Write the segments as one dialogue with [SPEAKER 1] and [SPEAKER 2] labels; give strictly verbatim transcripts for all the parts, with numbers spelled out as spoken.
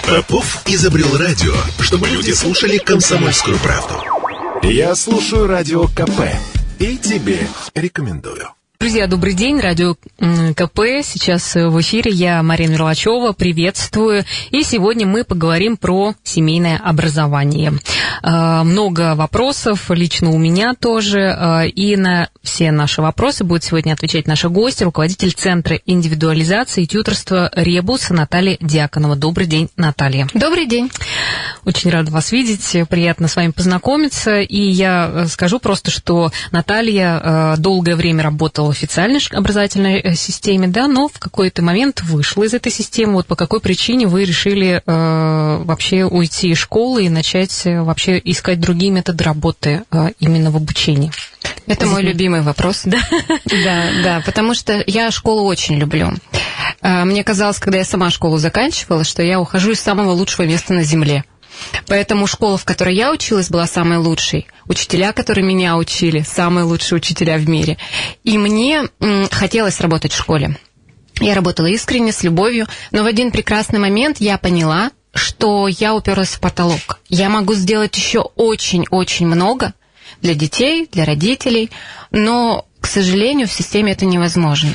[SPEAKER 1] Попов изобрел радио, чтобы люди слушали «Комсомольскую правду». Я слушаю радио КП и тебе рекомендую.
[SPEAKER 2] Друзья, добрый день. Радио КП. Сейчас в эфире я, Марина Мерлачева. Приветствую. И сегодня мы поговорим про семейное образование. Много вопросов, лично у меня тоже. И на все наши вопросы будет сегодня отвечать наша гостья, руководитель Центра индивидуализации и тьюторства «Ребус» Наталья Дьяконова. Добрый день, Наталья.
[SPEAKER 3] Добрый день.
[SPEAKER 2] Очень рада вас видеть. Приятно с вами познакомиться. И я скажу просто, что Наталья долгое время работала в официальной образовательной системе, да, но в какой-то момент вышла из этой системы. Вот по какой причине вы решили э, вообще уйти из школы и начать вообще искать другие методы работы э, именно в обучении?
[SPEAKER 3] Это мой любимый вопрос. Да? Да, да, потому что я школу очень люблю. Мне казалось, когда я сама школу заканчивала, что я ухожу из самого лучшего места на земле. Поэтому школа, в которой я училась, была самой лучшей. Учителя, которые меня учили, самые лучшие учителя в мире. И мне м, хотелось работать в школе. Я работала искренне, с любовью, но в один прекрасный момент я поняла, что я уперлась в потолок. Я могу сделать еще очень-очень много для детей, для родителей, но, к сожалению, в системе это невозможно.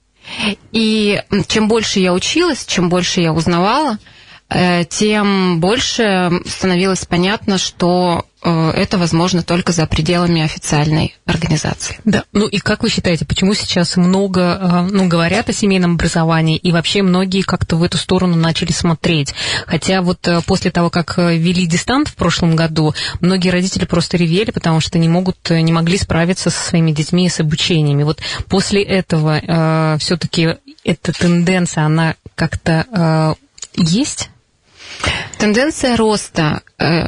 [SPEAKER 3] И чем больше я училась, чем больше я узнавала, тем больше становилось понятно, что это возможно только за пределами официальной организации.
[SPEAKER 2] Да. Ну и как вы считаете, почему сейчас много, ну, говорят о семейном образовании, и вообще многие как-то в эту сторону начали смотреть? Хотя вот после того, как ввели дистант в прошлом году, многие родители просто ревели, потому что не могут, не могли справиться со своими детьми и с обучениями. Вот после этого э, все-таки эта тенденция, она как-то э, есть?
[SPEAKER 3] Тенденция роста э,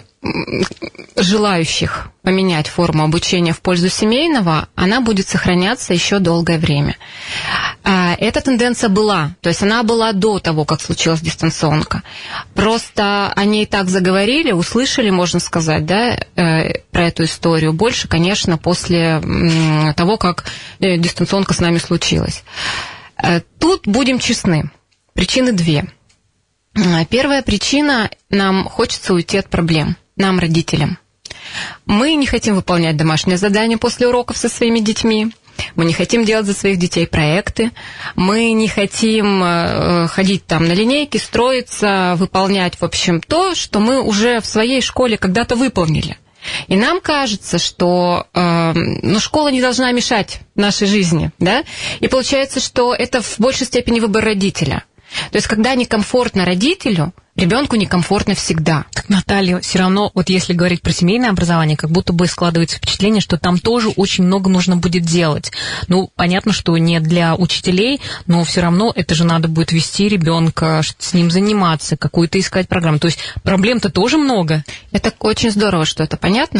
[SPEAKER 3] желающих поменять форму обучения в пользу семейного, она будет сохраняться еще долгое время. Э, эта тенденция была, то есть она была до того, как случилась дистанционка. Просто о ней так заговорили, услышали, можно сказать, да, э, про эту историю. Больше, конечно, после э, того, как э, дистанционка с нами случилась. Э, тут будем честны. Причины две. Первая причина – нам хочется уйти от проблем, нам, родителям. Мы не хотим выполнять домашнее задание после уроков со своими детьми, мы не хотим делать за своих детей проекты, мы не хотим ходить там на линейки, строиться, выполнять, в общем, то, что мы уже в своей школе когда-то выполнили. И нам кажется, что э, ну, школа не должна мешать нашей жизни, да? И получается, что это в большей степени выбор родителя. То есть, когда некомфортно родителю, ребенку некомфортно всегда.
[SPEAKER 2] Так, Наталья, все равно, вот если говорить про семейное образование, как будто бы складывается впечатление, что там тоже очень много нужно будет делать. Ну, понятно, что не для учителей, но все равно это же надо будет вести ребенка, с ним заниматься, какую-то искать программу. То есть проблем-то тоже много.
[SPEAKER 3] Это очень здорово, что это понятно.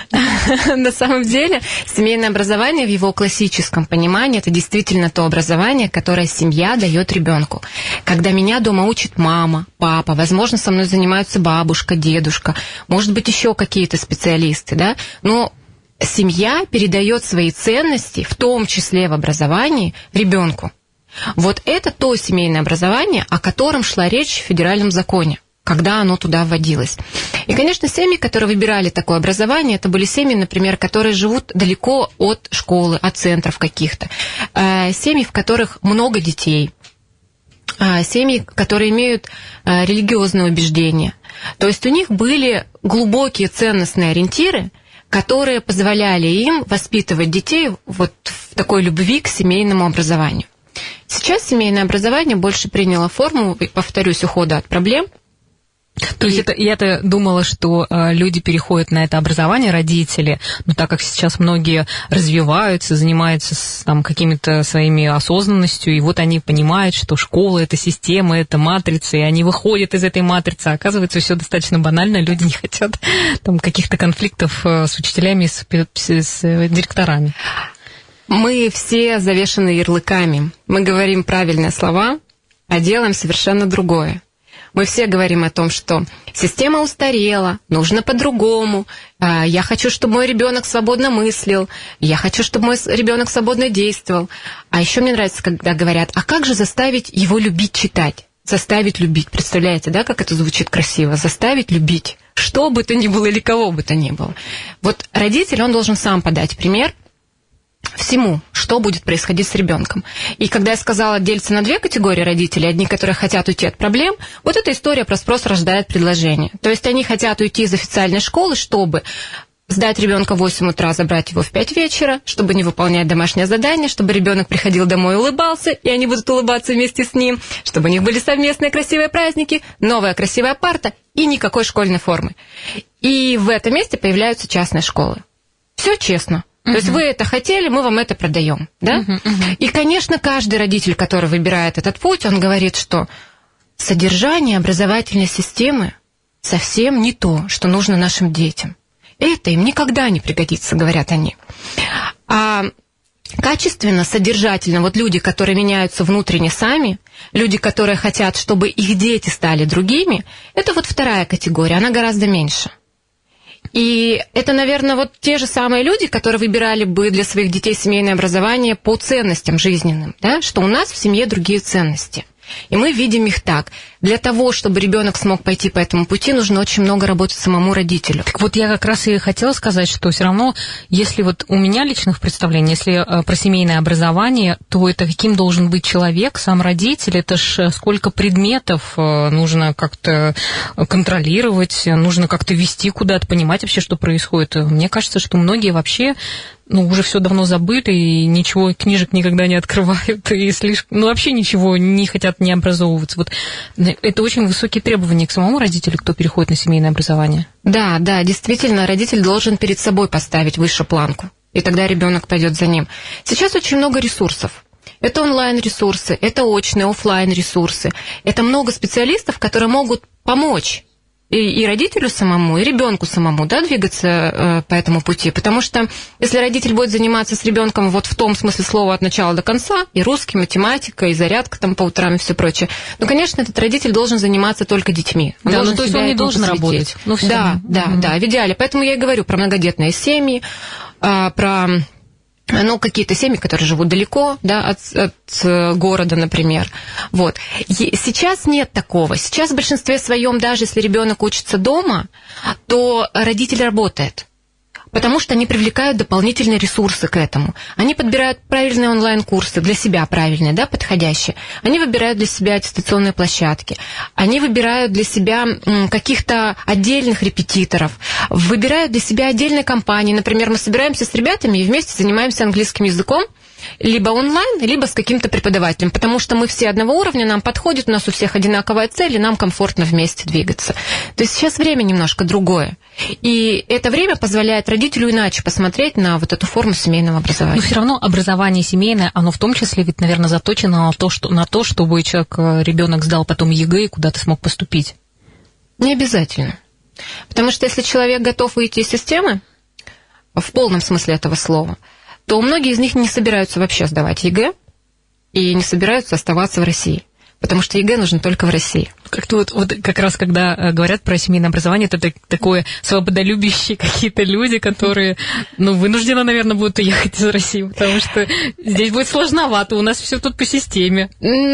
[SPEAKER 3] На самом деле, семейное образование в его классическом понимании – это действительно то образование, которое семья дает ребенку. Когда меня дома учит мама, папа, возможно, со мной занимаются бабушка, дедушка, может быть, еще какие-то специалисты, да, но семья передает свои ценности, в том числе в образовании, ребенку. Вот это то семейное образование, о котором шла речь в федеральном законе, когда оно туда вводилось. И, конечно, семьи, которые выбирали такое образование, это были семьи, например, которые живут далеко от школы, от центров каких-то, семьи, в которых много детей, семьи, которые имеют религиозные убеждения. То есть у них были глубокие ценностные ориентиры, которые позволяли им воспитывать детей вот в такой любви к семейному образованию. Сейчас семейное образование больше приняло форму, повторюсь, ухода от проблем.
[SPEAKER 2] То есть это, я-то думала, что э, люди переходят на это образование, родители, но так как сейчас многие развиваются, занимаются с, там, какими-то своими осознанностью, и вот они понимают, что школа – это система, это матрица, и они выходят из этой матрицы. Оказывается, все достаточно банально, люди не хотят там, каких-то конфликтов э, с учителями, с, с, с директорами.
[SPEAKER 3] Мы все завешаны ярлыками. Мы говорим правильные слова, а делаем совершенно другое. Мы все говорим о том, что система устарела, нужно по-другому, я хочу, чтобы мой ребенок свободно мыслил, я хочу, чтобы мой ребенок свободно действовал. А еще мне нравится, когда говорят, а как же заставить его любить читать? заставить любить. Представляете, да, как это звучит красиво? Заставить любить. Что бы то ни было или кого бы то ни было. Вот родитель, он должен сам подать пример всему, что будет происходить с ребенком. И когда я сказала, делится на две категории родителей, одни, которые хотят уйти от проблем, вот эта история про спрос рождает предложение. То есть они хотят уйти из официальной школы, чтобы сдать ребенка в восемь утра, забрать его в пять вечера, чтобы не выполнять домашнее задание, чтобы ребенок приходил домой и улыбался, и они будут улыбаться вместе с ним, чтобы у них были совместные красивые праздники, новая красивая парта и никакой школьной формы. И в этом месте появляются частные школы. Все честно. Uh-huh. То есть вы это хотели, мы вам это продаем, да? Uh-huh, uh-huh. И, конечно, каждый родитель, который выбирает этот путь, он говорит, что содержание образовательной системы совсем не то, что нужно нашим детям. Это им никогда не пригодится, говорят они. А качественно, содержательно, вот люди, которые меняются внутренне сами, люди, которые хотят, чтобы их дети стали другими, это вот вторая категория, она гораздо меньше. И это, наверное, вот те же самые люди, которые выбирали бы для своих детей семейное образование по ценностям жизненным, да? Что у нас в семье другие ценности. И мы видим их так. Для того, чтобы ребенок смог пойти по этому пути, нужно очень много работать самому родителю.
[SPEAKER 2] Так вот я как раз и хотела сказать, что все равно, если вот у меня личных представлений, если э, про семейное образование, то это каким должен быть человек, сам родитель, это ж сколько предметов э, нужно как-то контролировать, нужно как-то вести куда-то, понимать вообще, что происходит. Мне кажется, что многие вообще ну, уже все давно забыли, и ничего, книжек никогда не открывают, и слишком, ну, вообще ничего не хотят не образовываться. Вот это очень высокие требования к самому родителю, кто переходит на семейное образование.
[SPEAKER 3] Да, да, действительно, родитель должен перед собой поставить выше планку, и тогда ребенок пойдет за ним. Сейчас очень много ресурсов. Это онлайн-ресурсы, это очные, офлайн-ресурсы. Это много специалистов, которые могут помочь И, и родителю самому, и ребенку самому, да, двигаться э, по этому пути. Потому что если родитель будет заниматься с ребенком вот в том смысле слова от начала до конца, и русский, математика, и зарядка там по утрам и все прочее, ну, конечно, этот родитель должен заниматься только детьми.
[SPEAKER 2] Он да, ну, то есть он не должен посвятить. Работать. Ну, все.
[SPEAKER 3] Да, да, mm-hmm. да, в идеале. Поэтому я и говорю про многодетные семьи, э, про... Ну, какие-то семьи, которые живут далеко, да, от, от города, например. Вот. Сейчас нет такого. Сейчас в большинстве своем, даже если ребенок учится дома, то родитель работает. Потому что они привлекают дополнительные ресурсы к этому. Они подбирают правильные онлайн-курсы, для себя правильные, да, подходящие. Они выбирают для себя аттестационные площадки. Они выбирают для себя каких-то отдельных репетиторов. Выбирают для себя отдельные компании. Например, мы собираемся с ребятами и вместе занимаемся английским языком. Либо онлайн, либо с каким-то преподавателем. Потому что мы все одного уровня, нам подходит, у нас у всех одинаковая цель, и нам комфортно вместе двигаться. То есть сейчас время немножко другое. И это время позволяет родителю иначе посмотреть на вот эту форму семейного образования.
[SPEAKER 2] Но все равно образование семейное, оно в том числе ведь, наверное, заточено на то, что, на то чтобы человек, ребенок сдал потом ЕГЭ и куда-то смог поступить.
[SPEAKER 3] Не обязательно. Потому что если человек готов выйти из системы, в полном смысле этого слова, то многие из них не собираются вообще сдавать ЕГЭ и не собираются оставаться в России. Потому что ЕГЭ нужен только в России.
[SPEAKER 2] Как-то вот, вот как раз когда говорят про семейное образование, это такое свободолюбящие какие-то люди, которые, ну, вынуждены, наверное, будут уехать из России, потому что здесь будет сложновато, у нас все тут по системе.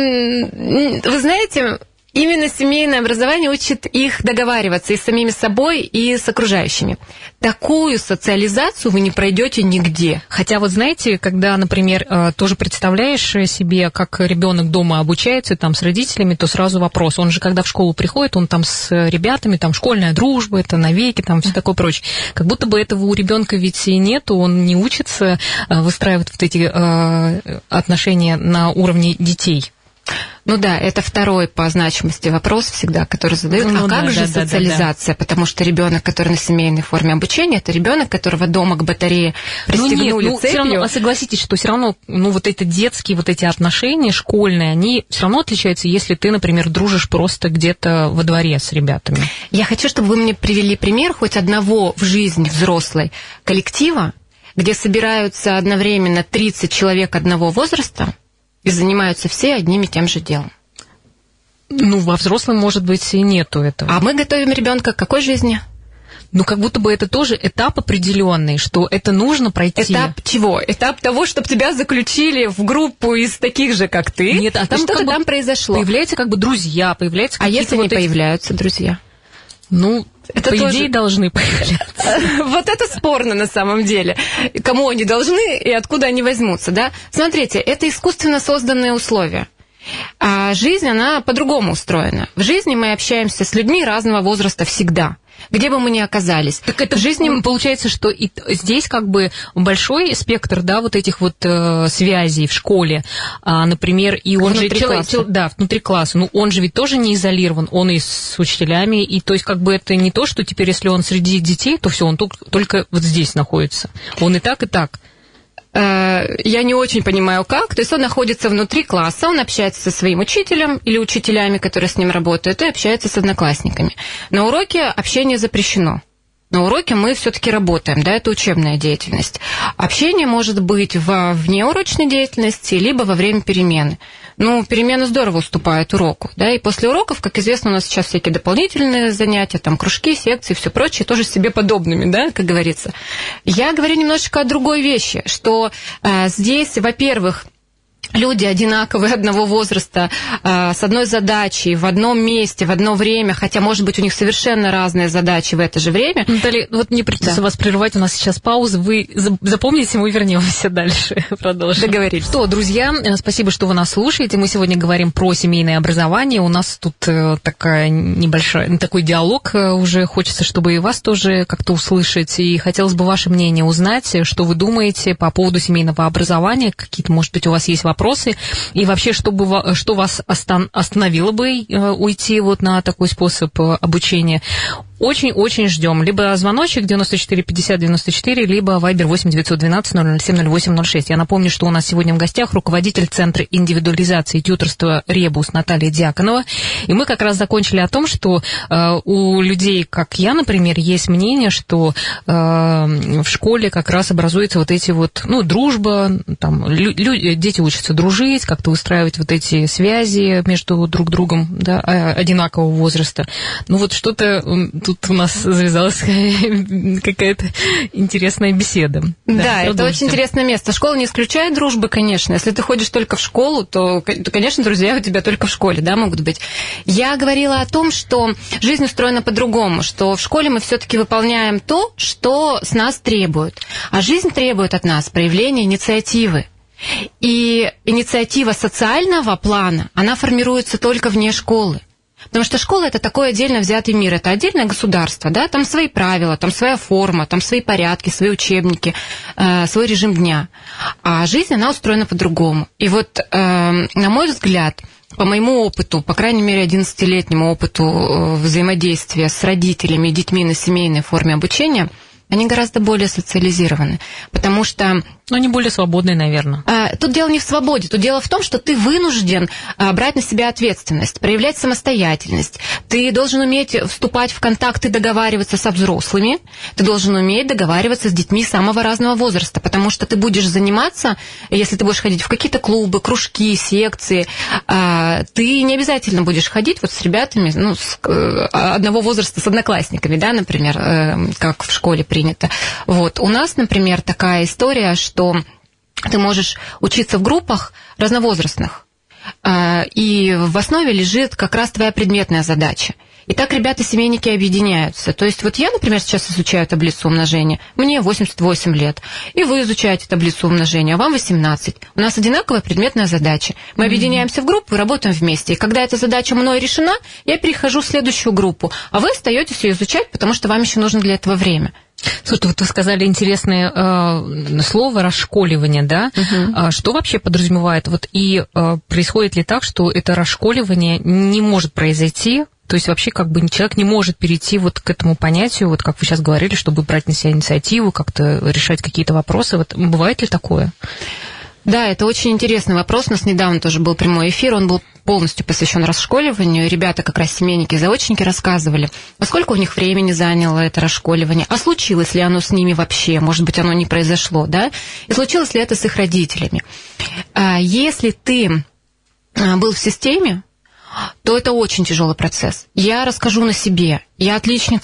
[SPEAKER 3] Вы знаете... Именно семейное образование учит их договариваться и с самими собой, и с окружающими. Такую социализацию вы не пройдете нигде.
[SPEAKER 2] Хотя вот знаете, когда, например, тоже представляешь себе, как ребенок дома обучается там с родителями, то сразу вопрос. Он же, когда в школу приходит, он там с ребятами, там школьная дружба, это навеки, там все такое прочее. Как будто бы этого у ребенка ведь и нету, он не учится выстраивать вот эти отношения на уровне детей.
[SPEAKER 3] Ну да, это второй по значимости вопрос всегда, который задают. Ну, а как да, же да, социализация? Да, да, да. Потому что ребенок, который на семейной форме обучения, это ребенок, которого дома к батарее пристегнули ну, нет, ну, цепью.
[SPEAKER 2] Все равно, а согласитесь, что все равно, ну вот эти детские вот эти отношения школьные, они все равно отличаются, если ты, например, дружишь просто где-то во дворе с ребятами.
[SPEAKER 3] Я хочу, чтобы вы мне привели пример хоть одного в жизни взрослой коллектива, где собираются одновременно тридцать человек одного возраста, и занимаются все одним и тем же делом.
[SPEAKER 2] Ну, во взрослом, может быть, и нету этого.
[SPEAKER 3] А мы готовим ребенка к какой жизни?
[SPEAKER 2] Ну, как будто бы это тоже этап определенный, что это нужно пройти.
[SPEAKER 3] Этап чего? Этап того, чтобы тебя заключили в группу из таких же, как ты.
[SPEAKER 2] Нет, а там
[SPEAKER 3] что-то там произошло.
[SPEAKER 2] Появляются как бы друзья, появляются
[SPEAKER 3] какие-то... А если
[SPEAKER 2] вот
[SPEAKER 3] не
[SPEAKER 2] эти...
[SPEAKER 3] появляются друзья?
[SPEAKER 2] Ну, это по
[SPEAKER 3] тоже...
[SPEAKER 2] идее должны появляться.
[SPEAKER 3] Вот это спорно на самом деле. Кому они должны и откуда они возьмутся, да? Смотрите, это искусственно созданные условия. А жизнь, она по-другому устроена. В жизни мы общаемся с людьми разного возраста всегда. Где бы мы ни оказались.
[SPEAKER 2] Так это в жизни получается, что и здесь как бы большой спектр, да, вот этих вот э, связей в школе, а, например, и он
[SPEAKER 3] внутри
[SPEAKER 2] же
[SPEAKER 3] класса.
[SPEAKER 2] Человек, да, внутри класса, ну он же ведь тоже не изолирован, он и с учителями, и то есть как бы это не то, что теперь если он среди детей, то все, он только вот здесь находится, он и так, и так.
[SPEAKER 3] Я не очень понимаю, как. То есть он находится внутри класса, он общается со своим учителем или учителями, которые с ним работают, и общается с одноклассниками. На уроке общение запрещено. На уроке мы все-таки работаем, да, это учебная деятельность. Общение может быть во внеурочной деятельности, либо во время перемены. Ну, перемены здорово уступают уроку, да, и после уроков, как известно, у нас сейчас всякие дополнительные занятия, там, кружки, секции, все прочее, тоже себе подобными, да, как говорится. Я говорю немножечко о другой вещи, что э, здесь, во-первых, люди одинаковые, одного возраста, э, с одной задачей, в одном месте, в одно время, хотя, может быть, у них совершенно разные задачи в это же время.
[SPEAKER 2] Наталья, вот не придется да. вас прерывать, у нас сейчас пауза, вы запомните, мы вернемся дальше, продолжим.
[SPEAKER 3] Договорились.
[SPEAKER 2] Что, друзья, спасибо, что вы нас слушаете, мы сегодня говорим про семейное образование, у нас тут такая небольшая, такой диалог уже, хочется, чтобы и вас тоже как-то услышать, и хотелось бы ваше мнение узнать, что вы думаете по поводу семейного образования, какие-то, может быть, у вас есть вопросы, вопросы, и вообще, что, бы, что вас остановило бы уйти вот на такой способ обучения. Очень-очень ждем. Либо звоночек девяносто четыре пятьдесят девяносто четыре, либо вайбер восемь девятьсот двенадцать ноль ноль семь ноль восемь ноль шесть. Я напомню, что у нас сегодня в гостях руководитель Центра индивидуализации и тьюторства «Ребус» Наталья Дьяконова. И мы как раз закончили о том, что э, у людей, как я, например, есть мнение, что э, в школе как раз образуются вот эти вот, ну, дружба, там, лю- лю- дети учатся дружить, как-то устраивать вот эти связи между друг другом, да, одинакового возраста. Ну, вот что-то тут у нас завязалась какая-то интересная беседа.
[SPEAKER 3] Да, да, это очень интересное место. Школа не исключает дружбы, конечно. Если ты ходишь только в школу, то, то, конечно, друзья у тебя только в школе, да, могут быть. Я говорила о том, что жизнь устроена по-другому, что в школе мы все-таки выполняем то, что с нас требуют. А жизнь требует от нас проявления инициативы. И инициатива социального плана, она формируется только вне школы. Потому что школа – это такой отдельно взятый мир, это отдельное государство, да, там свои правила, там своя форма, там свои порядки, свои учебники, э, свой режим дня. А жизнь, она устроена по-другому. И вот, э, на мой взгляд, по моему опыту, по крайней мере, одиннадцатилетнему опыту взаимодействия с родителями и детьми на семейной форме обучения, они гораздо более социализированы, потому что...
[SPEAKER 2] Но они более свободные, наверное.
[SPEAKER 3] Тут дело не в свободе, тут дело в том, что ты вынужден брать на себя ответственность, проявлять самостоятельность. Ты должен уметь вступать в контакты, договариваться со взрослыми, ты должен уметь договариваться с детьми самого разного возраста, потому что ты будешь заниматься, если ты будешь ходить в какие-то клубы, кружки, секции, ты не обязательно будешь ходить вот с ребятами, ну, с одного возраста, с одноклассниками, да, например, как в школе принято. Вот. У нас, например, такая история, что ты можешь учиться в группах разновозрастных, и в основе лежит как раз твоя предметная задача. И так ребята-семейники объединяются. То есть вот я, например, сейчас изучаю таблицу умножения, мне восемьдесят восемь лет, и вы изучаете таблицу умножения, а вам восемнадцать. У нас одинаковая предметная задача. Мы mm-hmm. объединяемся в группу и работаем вместе. И когда эта задача мной решена, я перехожу в следующую группу, а вы остаетесь ее изучать, потому что вам еще нужно для этого время.
[SPEAKER 2] Слушайте, вот вы сказали интересное э, слово «расшколивание», да? Uh-huh. А что вообще подразумевает? Вот и э, происходит ли так, что это расшколивание не может произойти? То есть вообще как бы человек не может перейти вот к этому понятию, вот как вы сейчас говорили, чтобы брать на себя инициативу, как-то решать какие-то вопросы. Вот бывает ли такое?
[SPEAKER 3] Да, это очень интересный вопрос. У нас недавно тоже был прямой эфир, он был полностью посвящен расшколиванию. Ребята, как раз семейники, заочники, рассказывали, насколько у них времени заняло это расшколивание, а случилось ли оно с ними вообще, может быть, оно не произошло, да, и случилось ли это с их родителями. Если ты был в системе, то это очень тяжелый процесс. Я расскажу на себе. Я отличница.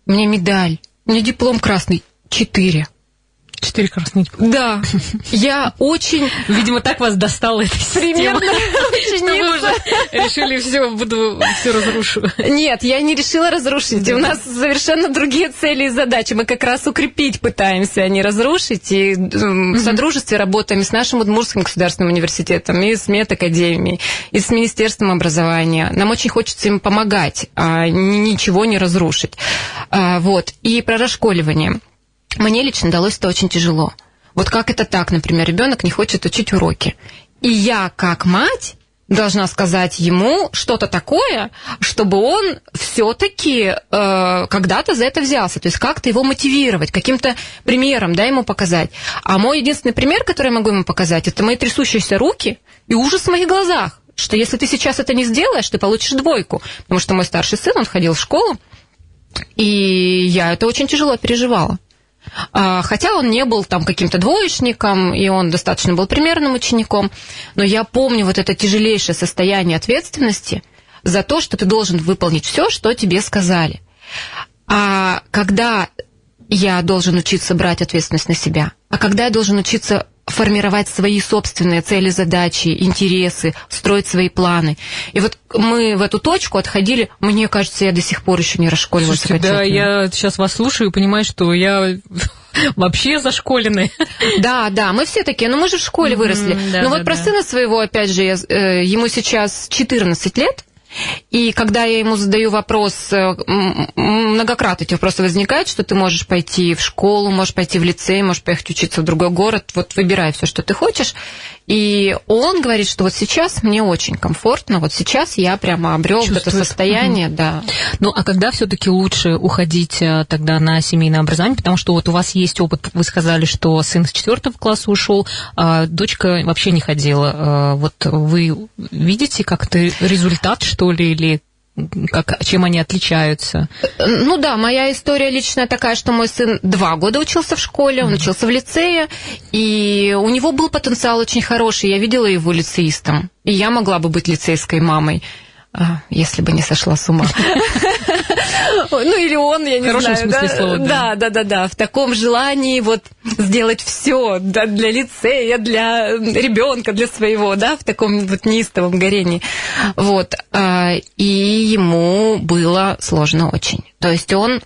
[SPEAKER 3] у меня медаль, у меня диплом красный, четыре.
[SPEAKER 2] Четыре красные диплома.
[SPEAKER 3] Да, я очень...
[SPEAKER 2] Видимо, так вас достала эта система.
[SPEAKER 3] Примерно.
[SPEAKER 2] Что вы уже решили, все, буду, все разрушу.
[SPEAKER 3] Нет, я не решила разрушить. Да. У нас совершенно другие цели и задачи. Мы как раз укрепить пытаемся, а не разрушить. И mm-hmm. в содружестве работаем и с нашим Удмуртским государственным университетом, и с медакадемией, и с Министерством образования. Нам очень хочется им помогать, а ничего не разрушить. Вот. И про расшколивание. Мне лично далось это очень тяжело. Вот как это так, например, ребенок не хочет учить уроки. И я, как мать, должна сказать ему что-то такое, чтобы он все-таки э, когда-то за это взялся. То есть как-то его мотивировать, каким-то примером, да, ему показать. А мой единственный пример, который я могу ему показать, это мои трясущиеся руки и ужас в моих глазах, что если ты сейчас это не сделаешь, ты получишь двойку. Потому что мой старший сын, он ходил в школу, и я это очень тяжело переживала. Хотя он не был там каким-то двоечником, и он достаточно был примерным учеником, но я помню вот это тяжелейшее состояние ответственности за то, что ты должен выполнить все, что тебе сказали. А когда я должен учиться брать ответственность на себя, а когда я должен учиться формировать свои собственные цели, задачи, интересы, строить свои планы. И вот мы в эту точку отходили, мне кажется, я до сих пор еще не расшколивалась.
[SPEAKER 2] Слушайте, да, я сейчас вас слушаю и понимаю, что я вообще зашколенная.
[SPEAKER 3] Да, да, мы все такие, но мы же в школе выросли. Mm-hmm, да, но да, вот про да. сына своего, опять же, я, э, ему сейчас четырнадцать лет, и когда я ему задаю вопрос, многократно эти вопросы возникают, что ты можешь пойти в школу, можешь пойти в лицей, можешь поехать учиться в другой город, вот выбирай все, что ты хочешь. И он говорит, что вот сейчас мне очень комфортно, вот сейчас я прямо обрел это состояние, угу. да.
[SPEAKER 2] Ну, а когда все-таки лучше уходить тогда на семейное образование, потому что вот у вас есть опыт, вы сказали, что сын с четвертого класса ушел, а дочка вообще не ходила. Вот вы видите как-то результат, что ли, или как, чем они отличаются?
[SPEAKER 3] Ну да, моя история личная такая, что мой сын два года учился в школе, он mm-hmm. учился в лицее, и у него был потенциал очень хороший, я видела его лицеистом, и я могла бы быть лицейской мамой, если бы не сошла с ума. Ну, или он, я не знаю. В хорошем смысле слова, да. Да, да, да, да. В таком желании вот сделать все для лицея, для ребенка, для своего, да, в таком вот неистовом горении. Вот. И ему было сложно очень. То есть он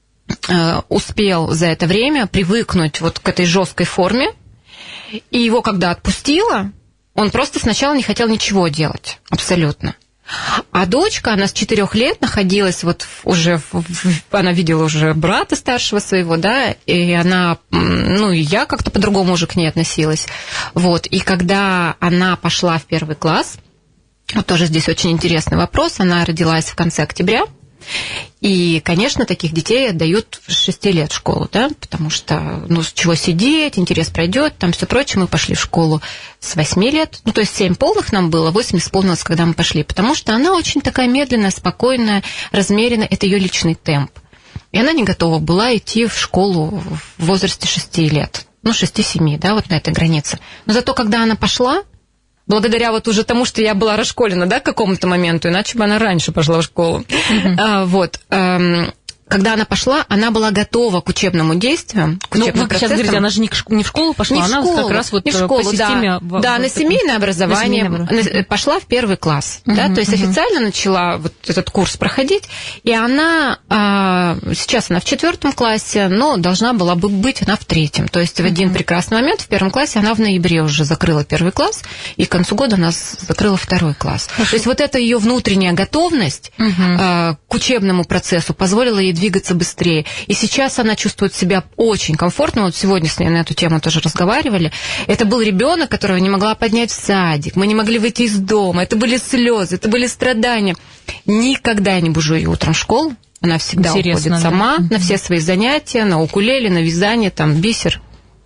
[SPEAKER 3] успел за это время привыкнуть вот к этой жесткой форме, и его когда отпустила, он просто сначала не хотел ничего делать. Абсолютно. А дочка, она с четырех лет находилась вот уже, в, в, она видела уже брата старшего своего, да, и она, ну, и я как-то по-другому уже к ней относилась. Вот, и когда она пошла в первый класс, вот тоже здесь очень интересный вопрос, она родилась в конце октября, и, конечно, таких детей отдают с шести лет в школу, да, потому что, ну, с чего сидеть, интерес пройдет, там все прочее. Мы пошли в школу с восьми лет, ну, то есть семь полных нам было, восемь исполнилось, когда мы пошли, потому что она очень такая медленная, спокойная, размеренная, это ее личный темп. И она не готова была идти в школу в возрасте шести лет, ну, шести-семи, да, вот на этой границе. Но зато, когда она пошла, благодаря вот уже тому, что я была расшколена, да, к какому-то моменту, иначе бы она раньше пошла в школу. Mm-hmm. А, вот. Эм, когда она пошла, она была готова к учебному действию, к учебным
[SPEAKER 2] ну, вы
[SPEAKER 3] процессам.
[SPEAKER 2] Сейчас говорите, она же не в школу пошла,
[SPEAKER 3] не в
[SPEAKER 2] она
[SPEAKER 3] школу,
[SPEAKER 2] как раз вот
[SPEAKER 3] не в школу,
[SPEAKER 2] по системе...
[SPEAKER 3] Да, в, да в, на семейное образование, на семейное... пошла в первый класс. Uh-huh, да, то есть uh-huh. официально начала вот этот курс проходить, и она, а, сейчас она в четвертом классе, но должна была бы быть она в третьем. То есть в один uh-huh. прекрасный момент в первом классе она в ноябре уже закрыла первый класс, и к концу года она закрыла второй класс. Uh-huh. То есть вот эта ее внутренняя готовность uh-huh. а, к учебному процессу позволила ей двигаться быстрее. И сейчас она чувствует себя очень комфортно. Вот сегодня с ней на эту тему тоже разговаривали. Это был ребенок, которого не могла поднять в садик. Мы не могли выйти из дома. Это были слезы, это были страдания. Никогда я не бужу ее утром в школу. Она всегда Интересно, уходит сама да? на все свои занятия, на укулеле, на вязание, там, бисер.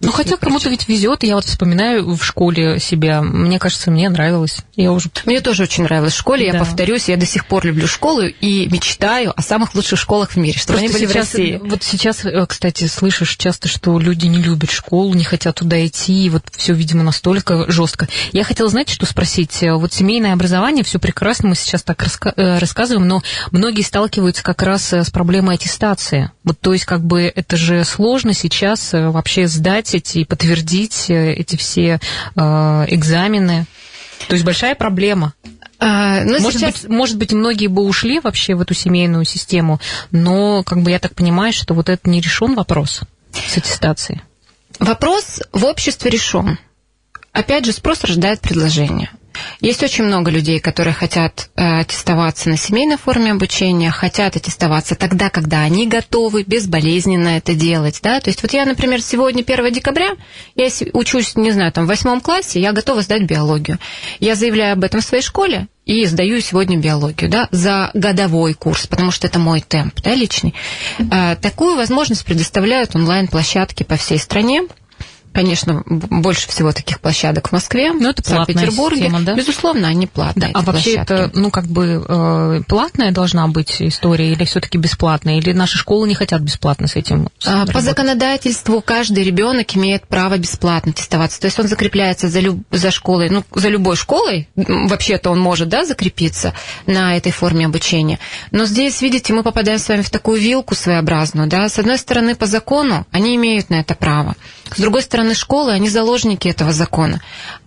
[SPEAKER 2] Ну, хотя кому-то ведь везет. Я вот вспоминаю в школе себя. Мне кажется, мне нравилось. Я уже...
[SPEAKER 3] Мне тоже очень нравилось в школе. Да. Я повторюсь, я до сих пор люблю школу и мечтаю о самых лучших школах в мире, чтобы
[SPEAKER 2] Просто
[SPEAKER 3] они были
[SPEAKER 2] сейчас,
[SPEAKER 3] в России.
[SPEAKER 2] Вот сейчас, кстати, слышишь часто, что люди не любят школу, не хотят туда идти. И вот все, видимо, настолько жестко. Я хотела, знаете, что спросить? Вот семейное образование, все прекрасно, мы сейчас так раска- рассказываем, но многие сталкиваются как раз с проблемой аттестации. Вот, то есть, как бы, это же сложно сейчас вообще сдать эти, подтвердить эти все э, экзамены. То есть большая проблема. А, ну, может, сейчас... быть, может быть, многие бы ушли вообще в эту семейную систему, но, как бы, я так понимаю, что вот это не решен вопрос с аттестацией.
[SPEAKER 3] Вопрос в обществе решен. Опять же, спрос рождает предложение. Есть очень много людей, которые хотят э, аттестоваться на семейной форме обучения, хотят аттестоваться тогда, когда они готовы безболезненно это делать. Да? То есть вот я, например, сегодня, первого декабря, я учусь, не знаю, там, в восьмом классе, я готова сдать биологию. Я заявляю об этом в своей школе и сдаю сегодня биологию, да, за годовой курс, потому что это мой темп, да, личный. Э, такую возможность предоставляют онлайн-площадки по всей стране. Конечно, больше всего таких площадок в Москве,
[SPEAKER 2] но это
[SPEAKER 3] в Санкт-Петербурге.
[SPEAKER 2] Система, да?
[SPEAKER 3] Безусловно, они платные.
[SPEAKER 2] Да, а вообще площадки. Это, ну, как бы, э, платная должна быть история или все-таки бесплатная? Или наши школы не хотят бесплатно с этим
[SPEAKER 3] а, по законодательству каждый ребенок имеет право бесплатно тестоваться. То есть он закрепляется за, люб, за школой, ну, за любой школой, вообще-то он может, да, закрепиться на этой форме обучения. Но здесь, видите, мы попадаем с вами в такую вилку своеобразную, да. С одной стороны, по закону они имеют на это право. С другой стороны, школы, они заложники этого закона.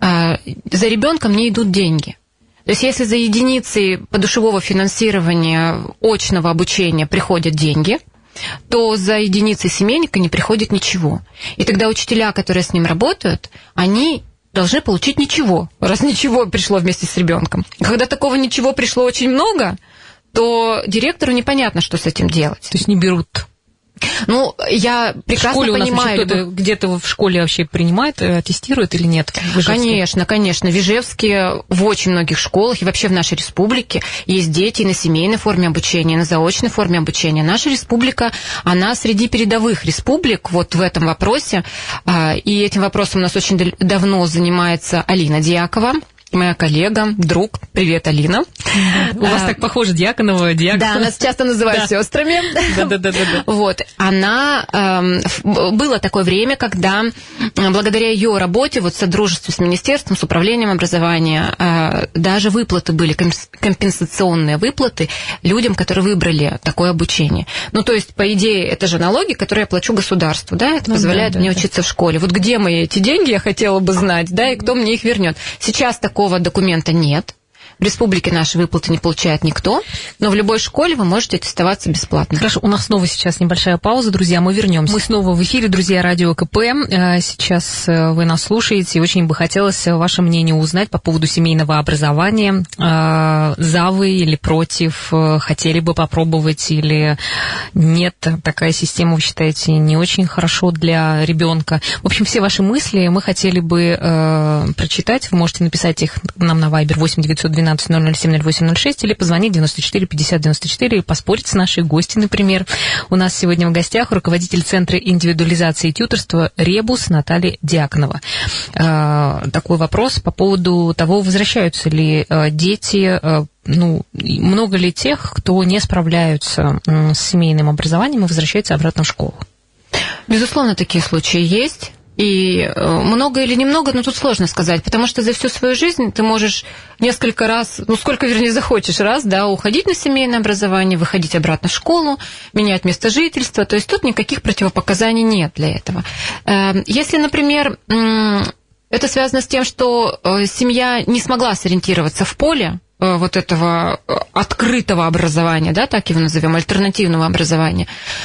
[SPEAKER 3] За ребенком не идут деньги. То есть если за единицей подушевого финансирования очного обучения приходят деньги, то за единицей семейника не приходит ничего. И тогда учителя, которые с ним работают, они должны получить ничего, раз ничего пришло вместе с ребенком. Когда такого ничего пришло очень много, то директору непонятно, что с этим делать.
[SPEAKER 2] То есть не берут.
[SPEAKER 3] Ну, я прекрасно
[SPEAKER 2] понимаю.
[SPEAKER 3] У нас
[SPEAKER 2] кто-то где-то в школе вообще принимает, тестирует или нет?
[SPEAKER 3] Конечно, конечно. В Ижевске, в очень многих школах и вообще в нашей республике есть дети на семейной форме обучения, на заочной форме обучения. Наша республика, она среди передовых республик вот в этом вопросе. И этим вопросом у нас очень давно занимается Алина Дьякова. Моя коллега, друг. Привет, Алина.
[SPEAKER 2] У вас так похоже, Дьяконова, Дьяконова.
[SPEAKER 3] Да, нас часто называют сестрами.
[SPEAKER 2] Да-да-да.
[SPEAKER 3] Вот. Она... Было такое время, когда благодаря ее работе, вот в содружестве с министерством, с управлением образования, даже выплаты были, компенсационные выплаты людям, которые выбрали такое обучение. Ну, то есть, по идее, это же налоги, которые я плачу государству, да, это позволяет мне учиться в школе. Вот где мои эти деньги, я хотела бы знать, да, и кто мне их вернет. Сейчас такое Такого документа нет. В республике наши выплаты не получает никто, но в любой школе вы можете аттестоваться бесплатно.
[SPEAKER 2] Хорошо, у нас снова сейчас небольшая пауза, друзья, мы вернемся. Мы снова в эфире, друзья, Радио КП. Сейчас вы нас слушаете, и очень бы хотелось ваше мнение узнать по поводу семейного образования. За вы или против? Хотели бы попробовать или нет? Такая система, вы считаете, не очень хорошо для ребенка? В общем, все ваши мысли мы хотели бы прочитать. Вы можете написать их нам на Вайбер восемь девятьсот двенадцать ноль ноль семь ноль восемь ноль шесть или позвонить девяносто четыре пятьдесят девяносто четыре и поспорить с нашей гостью, например. У нас сегодня в гостях руководитель Центра индивидуализации и тьюторства «Ребус» Наталья Дьяконова. Такой вопрос по поводу того, возвращаются ли дети, ну, много ли тех, кто не справляются с семейным образованием и возвращаются обратно в школу?
[SPEAKER 3] Безусловно, такие случаи есть. И много или немного, но тут сложно сказать, потому что за всю свою жизнь ты можешь несколько раз, ну сколько, вернее, захочешь раз, да, уходить на семейное образование, выходить обратно в школу, менять место жительства, то есть тут никаких противопоказаний нет для этого. Если, например, это связано с тем, что семья не смогла сориентироваться в поле вот этого открытого образования, да, так его назовем, альтернативного образования,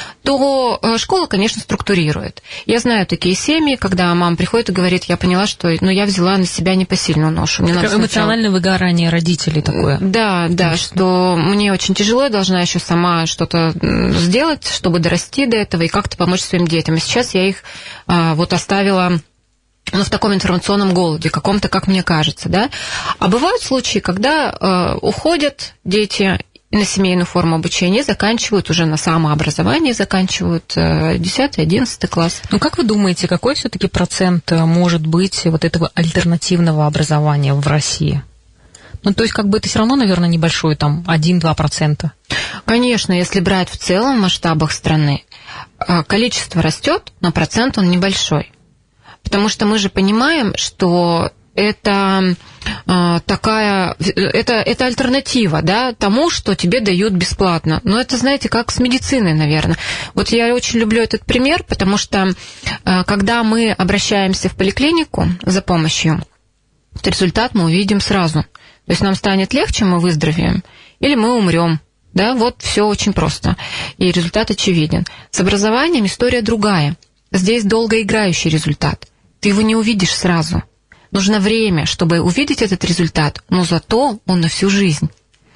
[SPEAKER 3] то школа, конечно, структурирует. Я знаю такие семьи, когда мама приходит и говорит, я поняла, что ну, я взяла на себя непосильную ношу. Мне надо
[SPEAKER 2] эмоциональное сначала... выгорание родителей такое.
[SPEAKER 3] Да, да, конечно. Что мне очень тяжело, я должна еще сама что-то сделать, чтобы дорасти до этого и как-то помочь своим детям. И сейчас я их а, вот оставила... Ну, в таком информационном голоде, каком-то, как мне кажется, да. А бывают случаи, когда э, уходят дети, и на семейную форму обучения, заканчивают уже на самообразование, заканчивают десятый, одиннадцатый класс.
[SPEAKER 2] Ну, как вы думаете, какой все-таки процент может быть вот этого альтернативного образования в России? Ну, то есть, как бы это все равно, наверное, небольшой, там, один-два процента.
[SPEAKER 3] Конечно, если брать в целом масштабах страны, количество растет, но процент он небольшой. Потому что мы же понимаем, что это э, такая, это, это альтернатива, да, тому, что тебе дают бесплатно. Но это, знаете, как с медициной, наверное. Вот я очень люблю этот пример, потому что э, когда мы обращаемся в поликлинику за помощью, то результат мы увидим сразу. То есть нам станет легче, мы выздоровеем, или мы умрем. Да, вот все очень просто. И результат очевиден. С образованием история другая. Здесь долгоиграющий результат. Ты его не увидишь сразу. Нужно время, чтобы увидеть этот результат, но зато он на всю жизнь.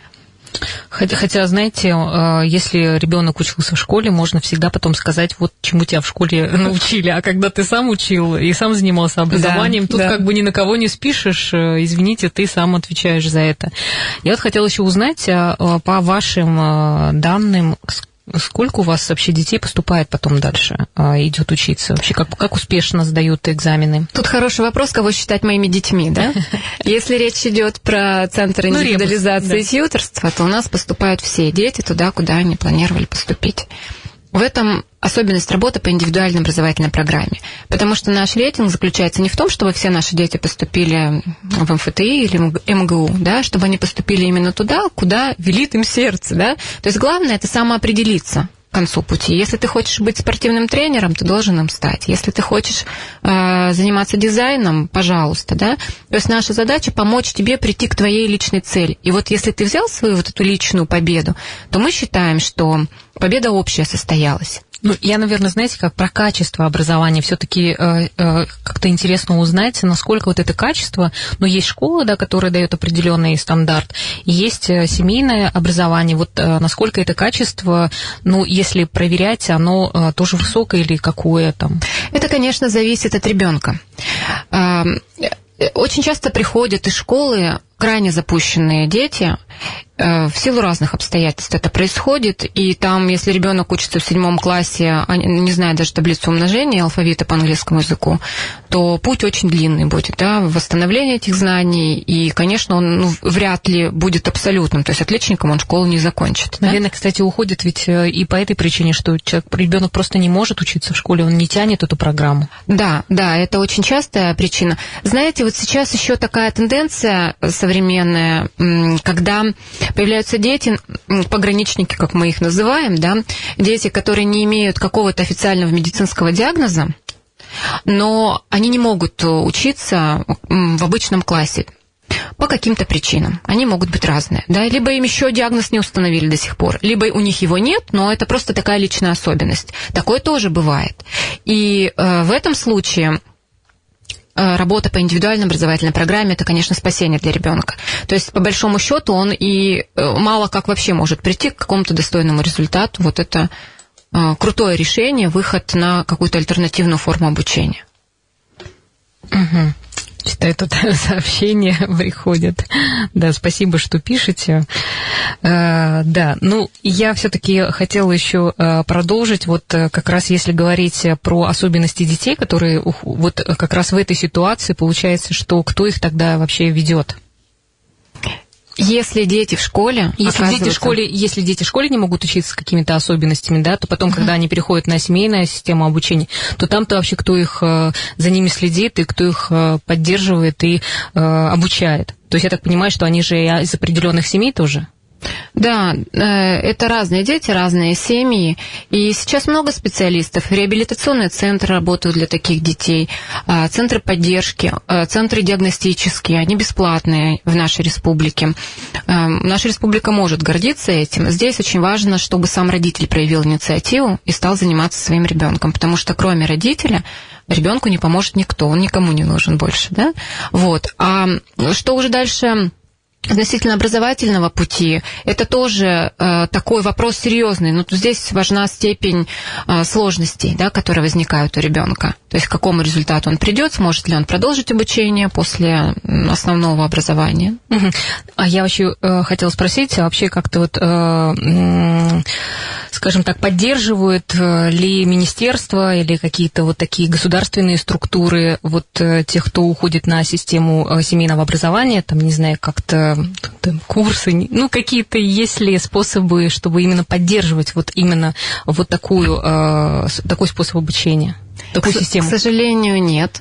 [SPEAKER 2] Хотя, хотя, знаете, если ребенок учился в школе, можно всегда потом сказать, вот чему тебя в школе научили. А когда ты сам учил и сам занимался образованием, да, тут да. как бы ни на кого не спишешь, извините, ты сам отвечаешь за это. Я вот хотела еще узнать, по вашим данным, сколько у вас вообще детей поступает потом дальше, идет учиться? Вообще, как, как успешно сдают экзамены?
[SPEAKER 3] Тут хороший вопрос, кого считать моими детьми, да? Если речь идет про центр индивидуализации и тьюторства, то у нас поступают все дети туда, куда они планировали поступить. В этом особенность работы по индивидуальной образовательной программе. Потому что наш рейтинг заключается не в том, чтобы все наши дети поступили в эм эф тэ и или эм гэ у, да, чтобы они поступили именно туда, куда велит им сердце. Да? То есть главное – это самоопределиться к концу пути. Если ты хочешь быть спортивным тренером, ты должен им стать. Если ты хочешь э, заниматься дизайном, пожалуйста. Да? То есть наша задача – помочь тебе прийти к твоей личной цели. И вот если ты взял свою вот эту личную победу, то мы считаем, что победа общая состоялась.
[SPEAKER 2] Ну, я, наверное, знаете, как про качество образования все-таки э, э, как-то интересно узнать, насколько вот это качество, ну, есть школа, да, которая дает определенный стандарт, и есть э, семейное образование, вот э, насколько это качество, ну, если проверять, оно э, тоже высокое или какое там?
[SPEAKER 3] Это, конечно, зависит от ребенка. Э, очень часто приходят из школы крайне запущенные дети. В силу разных обстоятельств это происходит, и там, если ребенок учится в седьмом классе, не зная даже таблицу умножения, алфавита по английскому языку, то путь очень длинный будет, да, восстановление этих знаний, и, конечно, он ну, вряд ли будет абсолютным, то есть отличником он школу не закончит.
[SPEAKER 2] Наверное,
[SPEAKER 3] да?
[SPEAKER 2] Кстати, уходит ведь и по этой причине, что человек, ребенок просто не может учиться в школе, он не тянет эту программу.
[SPEAKER 3] Да, да, это очень частая причина. Знаете, вот сейчас еще такая тенденция современная, когда появляются дети, пограничники, как мы их называем, да, дети, которые не имеют какого-то официального медицинского диагноза, но они не могут учиться в обычном классе по каким-то причинам. Они могут быть разные. Да? Либо им еще диагноз не установили до сих пор, либо у них его нет, но это просто такая личная особенность. Такое тоже бывает. И э, в этом случае работа по индивидуальной образовательной программе – это, конечно, спасение для ребенка. То есть, по большому счету, он и мало как вообще может прийти к какому-то достойному результату. Вот это крутое решение, выход на какую-то альтернативную форму обучения.
[SPEAKER 2] Угу. Читаю, тут сообщения приходят. Да, спасибо, что пишете. А, да, ну, я все-таки хотела еще продолжить, вот как раз если говорить про особенности детей, которые вот как раз в этой ситуации получается, что кто их тогда вообще ведет?
[SPEAKER 3] Если дети в школе,
[SPEAKER 2] если дети в школе, если дети в школе не могут учиться с какими-то особенностями, да, то потом, uh-huh. когда они переходят на семейную систему обучения, то там-то вообще кто их за ними следит и кто их поддерживает и обучает. То есть я так понимаю, что они же из определенных семей тоже?
[SPEAKER 3] Да, это разные дети, разные семьи, и сейчас много специалистов. Реабилитационные центры работают для таких детей, центры поддержки, центры диагностические, они бесплатные в нашей республике. Наша республика может гордиться этим. Здесь очень важно, чтобы сам родитель проявил инициативу и стал заниматься своим ребенком, потому что кроме родителя ребенку не поможет никто, он никому не нужен больше, да? Вот. А что уже дальше Относительно образовательного пути, это тоже э, такой вопрос серьезный, но здесь важна степень э, сложностей, да, которые возникают у ребенка. То есть к какому результату он придет, сможет ли он продолжить обучение после основного образования.
[SPEAKER 2] Угу. А я вообще э, хотела спросить, а вообще как-то вот, э, э, скажем так, поддерживают э, ли министерство или какие-то вот такие государственные структуры вот э, тех, кто уходит на систему э, семейного образования, там, не знаю, как-то там, курсы, ну, какие-то есть ли способы, чтобы именно поддерживать вот именно вот такую, э, такой способ обучения, такую
[SPEAKER 3] к,
[SPEAKER 2] систему?
[SPEAKER 3] К сожалению, нет.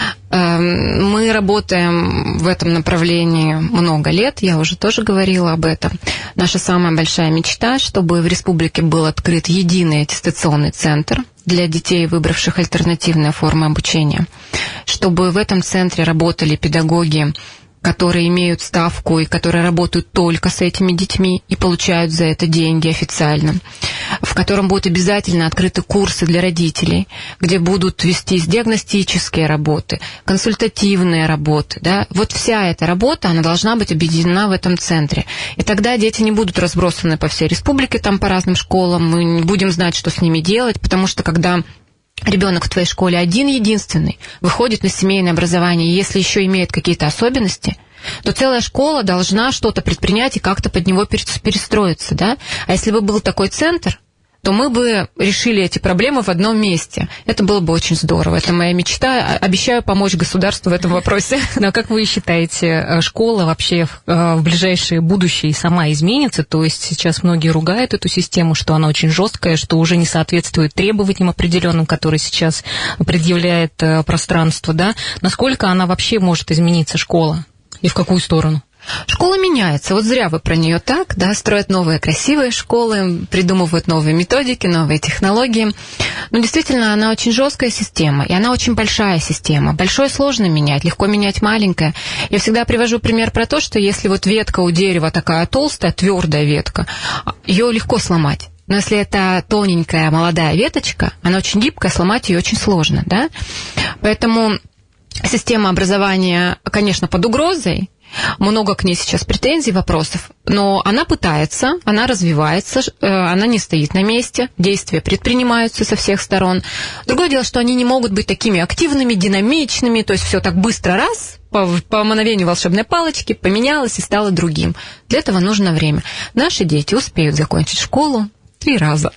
[SPEAKER 3] Мы работаем в этом направлении много лет, я уже тоже говорила об этом. Наша самая большая мечта, чтобы в республике был открыт единый аттестационный центр для детей, выбравших альтернативные формы обучения, чтобы в этом центре работали педагоги, которые имеют ставку и которые работают только с этими детьми и получают за это деньги официально, в котором будут обязательно открыты курсы для родителей, где будут вестись диагностические работы, консультативные работы. Да? Вот вся эта работа, она должна быть объединена в этом центре. И тогда дети не будут разбросаны по всей республике, там по разным школам, мы не будем знать, что с ними делать, потому что когда ребенок в твоей школе один-единственный, выходит на семейное образование, и если еще имеет какие-то особенности, то целая школа должна что-то предпринять и как-то под него перестроиться, да? А если бы был такой центр, то мы бы решили эти проблемы в одном месте. Это было бы очень здорово. Это моя мечта. Обещаю помочь государству в этом вопросе.
[SPEAKER 2] Но как вы считаете, школа вообще в ближайшее будущее сама изменится? То есть сейчас многие ругают эту систему, что она очень жесткая, что уже не соответствует требованиям определенным, которые сейчас предъявляет пространство, да? Насколько она вообще может измениться, школа? И в какую сторону?
[SPEAKER 3] Школа меняется. Вот зря вы про нее так, да, строят новые красивые школы, придумывают новые методики, новые технологии. Но действительно, она очень жесткая система, и она очень большая система. Большое сложно менять, легко менять маленькое. Я всегда привожу пример про то, что если вот ветка у дерева такая толстая, твердая ветка, ее легко сломать. Но если это тоненькая молодая веточка, она очень гибкая, сломать ее очень сложно, да. Поэтому система образования, конечно, под угрозой. Много к ней сейчас претензий, вопросов, но она пытается, она развивается, она не стоит на месте, действия предпринимаются со всех сторон. Другое дело, что они не могут быть такими активными, динамичными, то есть все так быстро раз, по, по мановению волшебной палочки поменялось и стало другим. Для этого нужно время. Наши дети успеют закончить школу три раза.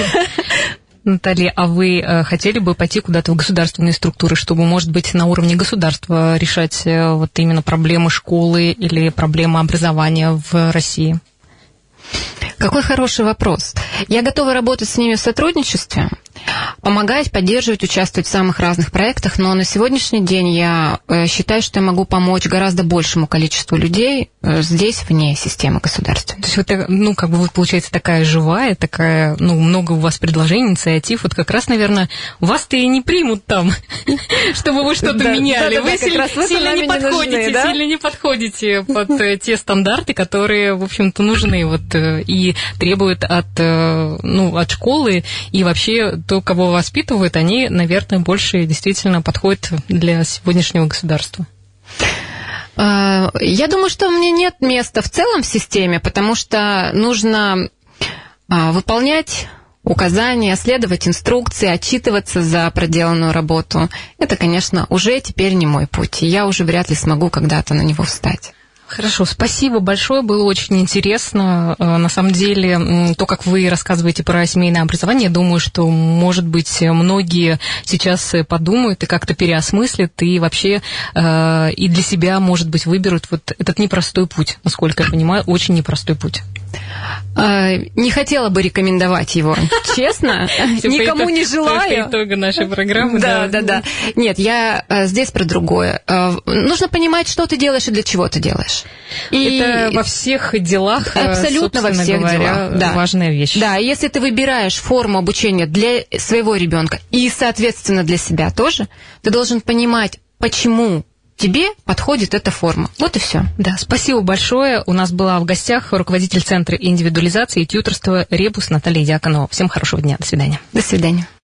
[SPEAKER 2] Наталья, а вы э, хотели бы пойти куда-то в государственные структуры, чтобы, может быть, на уровне государства решать э, вот именно проблемы школы или проблемы образования в России?
[SPEAKER 3] Какой хороший вопрос. Я готова работать с ними в сотрудничестве, помогать, поддерживать, участвовать в самых разных проектах, но на сегодняшний день я считаю, что я могу помочь гораздо большему количеству людей здесь, вне системы государственной.
[SPEAKER 2] То есть вот, ну, как бы вы, получается, такая живая, такая, ну, много у вас предложений, инициатив, вот как раз, наверное, вас-то и не примут там, чтобы вы что-то меняли. Вы сильно не подходите, сильно не подходите под те стандарты, которые, в общем-то, нужны вот и требуют от, ну, от школы, и вообще то, кого воспитывают, они, наверное, больше действительно подходят для сегодняшнего государства.
[SPEAKER 3] Я думаю, что мне нет места в целом в системе, потому что нужно выполнять указания, следовать инструкции, отчитываться за проделанную работу. Это, конечно, уже теперь не мой путь, и я уже вряд ли смогу когда-то на него встать.
[SPEAKER 2] Хорошо, спасибо большое, было очень интересно. На самом деле, то, как вы рассказываете про семейное образование, я думаю, что, может быть, многие сейчас подумают и как-то переосмыслят, и вообще и для себя, может быть, выберут вот этот непростой путь, насколько я понимаю, очень непростой путь.
[SPEAKER 3] Не хотела бы рекомендовать его, честно, никому не желаю.
[SPEAKER 2] По итогу нашей программы.
[SPEAKER 3] Да, да, да. Нет, я здесь про другое. Нужно понимать, что ты делаешь и для чего ты делаешь.
[SPEAKER 2] И это во всех делах,
[SPEAKER 3] абсолютно во всех
[SPEAKER 2] говоря,
[SPEAKER 3] делах, да.
[SPEAKER 2] Важная вещь.
[SPEAKER 3] Да, и если ты выбираешь форму обучения для своего ребенка и, соответственно, для себя тоже, ты должен понимать, почему тебе подходит эта форма. Вот и все.
[SPEAKER 2] Да, спасибо большое. У нас была в гостях руководитель Центра индивидуализации и тьюторства «Ребус» Наталья Дьяконова. Всем хорошего дня. До свидания.
[SPEAKER 3] До свидания.